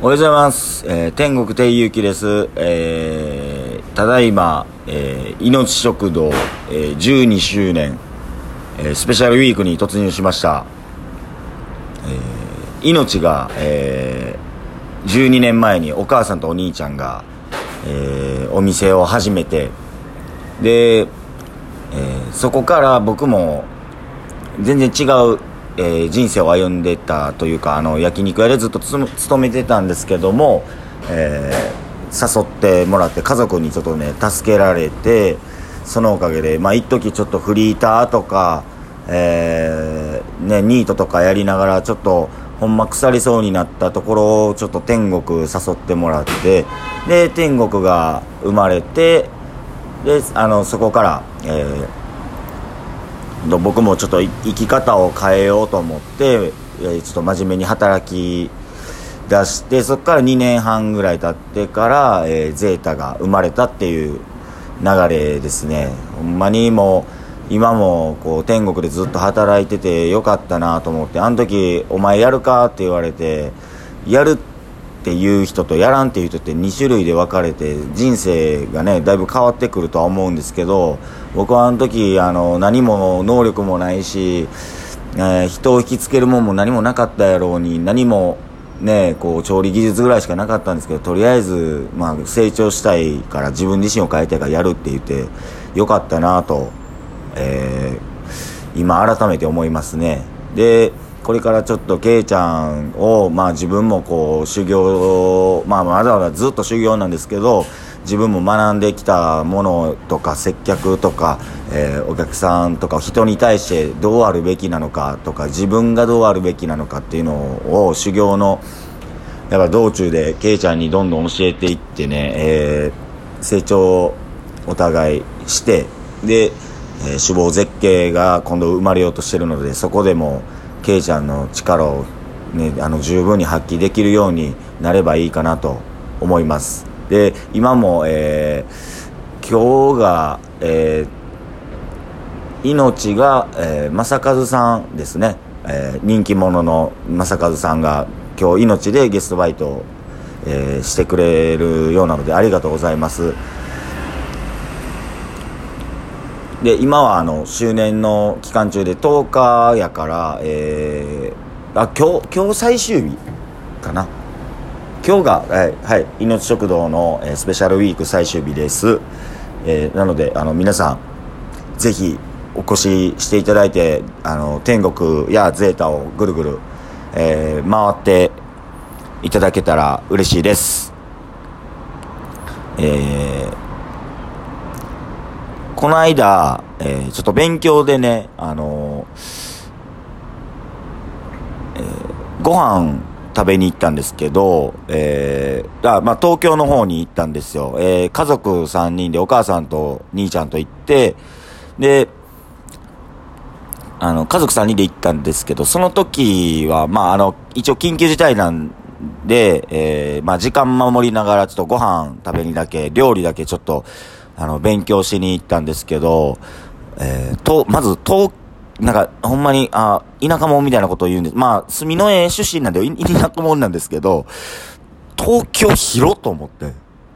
おはようございます。天国定ゆきです。ただいま、命食堂、12周年、スペシャルウィークに突入しました。命が、12年前にお母さんとお兄ちゃんが、お店を始めて、で、そこから僕も全然違う人生を歩んでたというか、焼肉屋でずっと勤めてたんですけども、誘ってもらって家族にちょっとね助けられて、そのおかげで一時ちょっとフリーターとか、ニートとかやりながらちょっとほんま腐りそうになったところをちょっと天国誘ってもらって、で天国が生まれて、でそこから、僕もちょっと生き方を変えようと思って、ちょっと真面目に働き出して、そこから2年半ぐらい経ってから、ゼータが生まれたっていう流れですね。ほんまにもう今もこう天国でずっと働いててよかったなと思って、あの時お前やるかって言われて、やるっていう人とやらんっていう人って2種類で分かれて、人生がねだいぶ変わってくるとは思うんですけど、僕はあの時何も能力もないし、人を引きつけるもんも何もなかったやろうに、何もねこう調理技術ぐらいしかなかったんですけど、とりあえず成長したいから自分自身を変えたいからやるって言ってよかったなと、今改めて思いますね。でこれからちょっとケイちゃんを自分もこう修行をまだまだずっと修行なんですけど、自分も学んできたものとか接客とか、お客さんとか人に対してどうあるべきなのかとか、自分がどうあるべきなのかっていうのを修行のやっぱ道中でケイちゃんにどんどん教えていってね、成長お互いして、で、酒豪絶景が今度生まれようとしてるので、そこでもケイちゃんの力を、ね、十分に発揮できるようになればいいかなと思います。で今も、今日が、命が、正和さんですね、人気者の正和さんが今日命でゲストバイトを、してくれるようなのでありがとうございます。で今は周年の期間中で10日やから、今日最終日かな。今日が、命食堂の、スペシャルウィーク最終日です。なので皆さんぜひお越ししていただいて、天国やゼータをぐるぐる、回っていただけたら嬉しいです。この間、ちょっと勉強でね、ご飯食べに行ったんですけど、東京の方に行ったんですよ。家族3人でお母さんと兄ちゃんと行って、で、家族3人で行ったんですけど、その時は、一応緊急事態なんで、時間守りながらちょっとご飯食べにだけ、料理だけちょっと、勉強しに行ったんですけど、まずなんかほんまに田舎者みたいなことを言うんです。住之江出身なんで田舎者なんですけど、東京広と思って、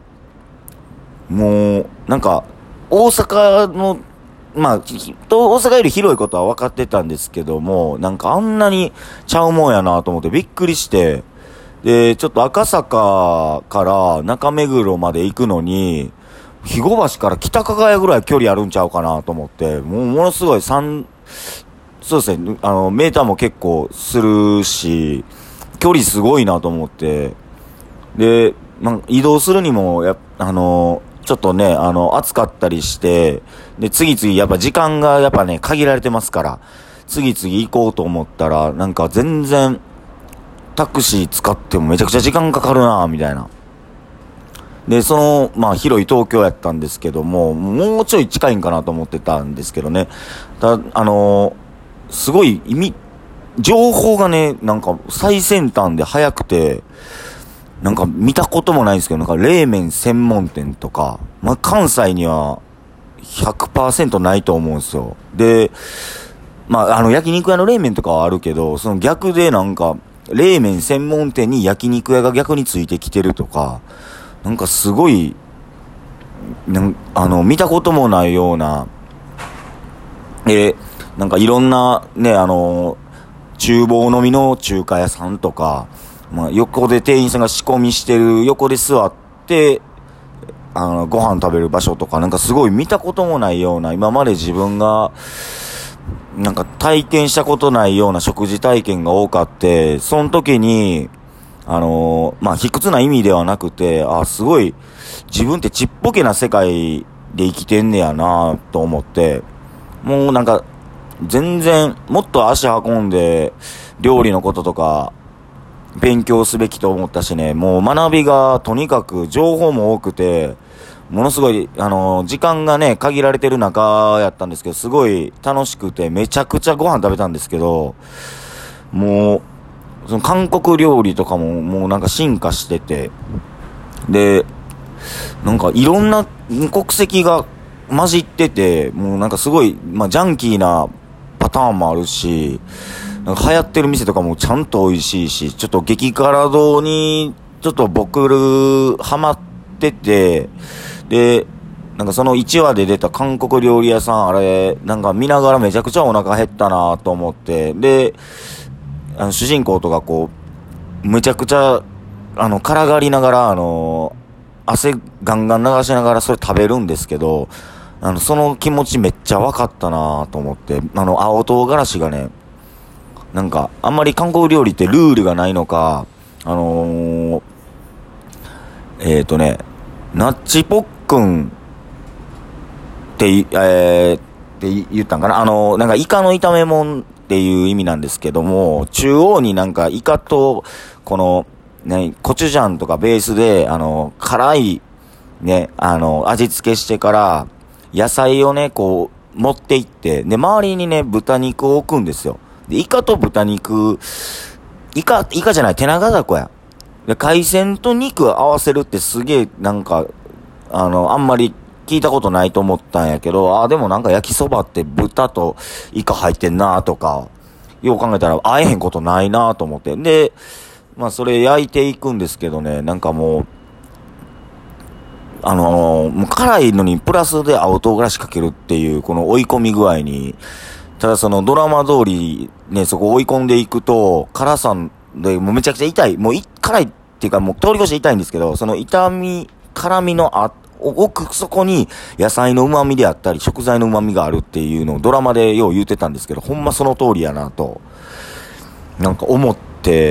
もうなんか大阪の大阪より広いことは分かってたんですけども、なんかあんなにちゃうもんやなと思ってびっくりして、でちょっと赤坂から中目黒まで行くのに肥後橋から北加賀屋ぐらい距離あるんちゃうかなと思って、ものすごいそうですね、メーターも結構するし、距離すごいなと思って、で、移動するにもちょっとね、暑かったりして、で、次々やっぱ時間がやっぱね、限られてますから、次々行こうと思ったら、なんか全然、タクシー使ってもめちゃくちゃ時間かかるなみたいな。で、広い東京やったんですけども、もうちょい近いんかなと思ってたんですけどね。すごい情報がね、なんか最先端で早くて、なんか見たこともないんですけど、なんか冷麺専門店とか、関西には 100% ないと思うんですよ。で、焼肉屋の冷麺とかはあるけど、その逆でなんか、 冷麺専門店に焼肉屋が逆についてきてるとか、なんかすごい、見たこともないような、なんかいろんなね、厨房のみの中華屋さんとか、まあ、横で店員さんが仕込みしてる横で座って、ご飯食べる場所とか、なんかすごい見たこともないような、今まで自分が、なんか体験したことないような食事体験が多かって、その時に、まあ、卑屈な意味ではなくて、すごい、自分ってちっぽけな世界で生きてんねやなと思って、もうなんか、全然、もっと足運んで、料理のこととか、勉強すべきと思ったしね、もう学びがとにかく情報も多くて、ものすごい、時間がね、限られてる中やったんですけど、すごい楽しくて、めちゃくちゃご飯食べたんですけど、もう、その韓国料理とかももうなんか進化してて、で、なんかいろんな国籍が混じってて、もうなんかすごい、まあジャンキーなパターンもあるし、なんか流行ってる店とかもちゃんと美味しいし、ちょっと激辛堂にちょっと僕ハマってて、で、なんかその1話で出た韓国料理屋さん、あれ、なんか見ながらめちゃくちゃお腹減ったなと思って、で、主人公とかこう、めちゃくちゃ、からがりながら、汗ガンガン流しながらそれ食べるんですけど、その気持ちめっちゃ分かったなと思って、青唐辛子がね、なんか、あんまり韓国料理ってルールがないのか、ナッチポックンって、って言ったんかな、なんかイカの炒め物っていう意味なんですけども、中央になんかイカと、この、ね、コチュジャンとかベースで、辛い、ね、味付けしてから、野菜をね、こう、持っていって、で、周りにね、豚肉を置くんですよ。で、イカと豚肉、イカじゃない、手長ダコや。で、海鮮と肉合わせるってすげえ、なんか、あんまり聞いたことないと思ったんやけど、でもなんか焼きそばって豚とイカ入ってんなとか、よう考えたら会えへんことないなと思って。で、まあそれ焼いていくんですけどね、なんかもう、もう辛いのにプラスで青唐辛子かけるっていう、この追い込み具合に、ただそのドラマ通りね、そこ追い込んでいくと、辛さでもうめちゃくちゃ痛い。もう辛いっていうかもう通り越して痛いんですけど、その辛みの奥底に野菜の旨味であったり、食材の旨味があるっていうのをドラマでよう言うてたんですけど、ほんまその通りやなと、なんか思って、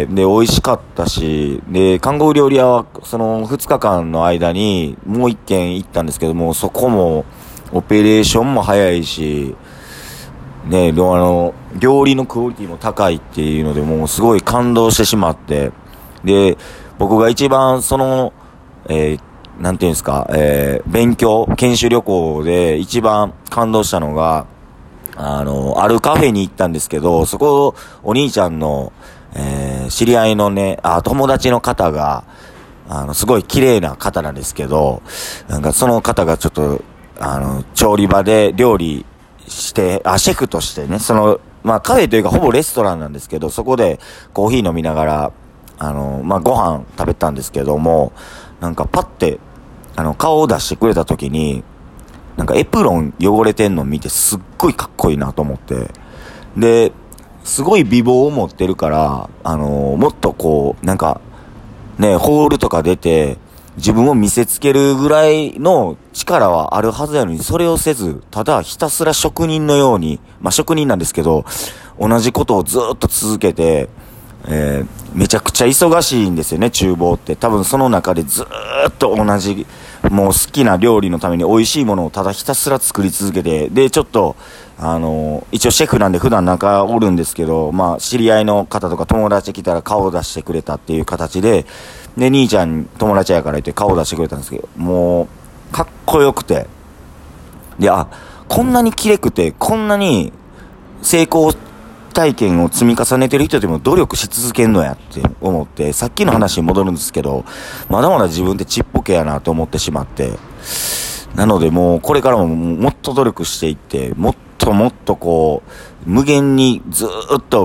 で、美味しかったし、で、韓国料理屋はその2日間の間にもう1軒行ったんですけども、そこもオペレーションも早いし、ね、料理のクオリティも高いっていうので、もうすごい感動してしまって、で、僕が一番その、なんていうんですか、研修旅行で一番感動したのが、あるカフェに行ったんですけど、そこ、お兄ちゃんの、知り合いのね、友達の方が、すごい綺麗な方なんですけど、なんかその方がちょっと、調理場で料理して、シェフとしてね、まあカフェというかほぼレストランなんですけど、そこでコーヒー飲みながら、まあご飯食べたんですけども、なんかパッて、顔を出してくれた時に、なんかエプロン汚れてんの見てすっごいかっこいいなと思って。で、すごい美貌を持ってるから、もっとこう、なんか、ね、ホールとか出て、自分を見せつけるぐらいの力はあるはずやのに、それをせず、ただひたすら職人のように、まあ、職人なんですけど、同じことをずっと続けて、めちゃくちゃ忙しいんですよね、厨房って。多分その中でずーっと同じ、もう好きな料理のために美味しいものをただひたすら作り続けて、で、ちょっと、一応シェフなんで普段仲おるんですけど、まあ、知り合いの方とか友達来たら顔を出してくれたっていう形で、で、兄ちゃん友達やから言って顔を出してくれたんですけど、もう、かっこよくて。で、こんなに綺麗くて、こんなに成功体験を積み重ねてる人でも努力し続けんのやって思って、さっきの話に戻るんですけど、まだまだ自分ってちっぽけやなと思ってしまって、なのでもうこれからももっと努力していって、もっともっとこう、無限にずーっと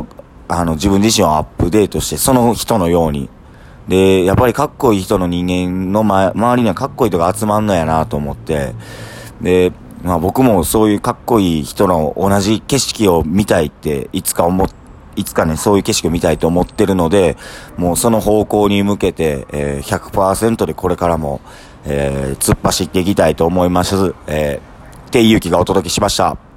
自分自身をアップデートして、その人のように。で、やっぱりかっこいい人の人間の周りにはかっこいい人が集まんのやなと思って、で、まあ僕もそういうかっこいい人の同じ景色を見たいっていつかね、そういう景色を見たいと思ってるので、もうその方向に向けて、100% でこれからも、突っ走っていきたいと思います。っていう気がお届けしました。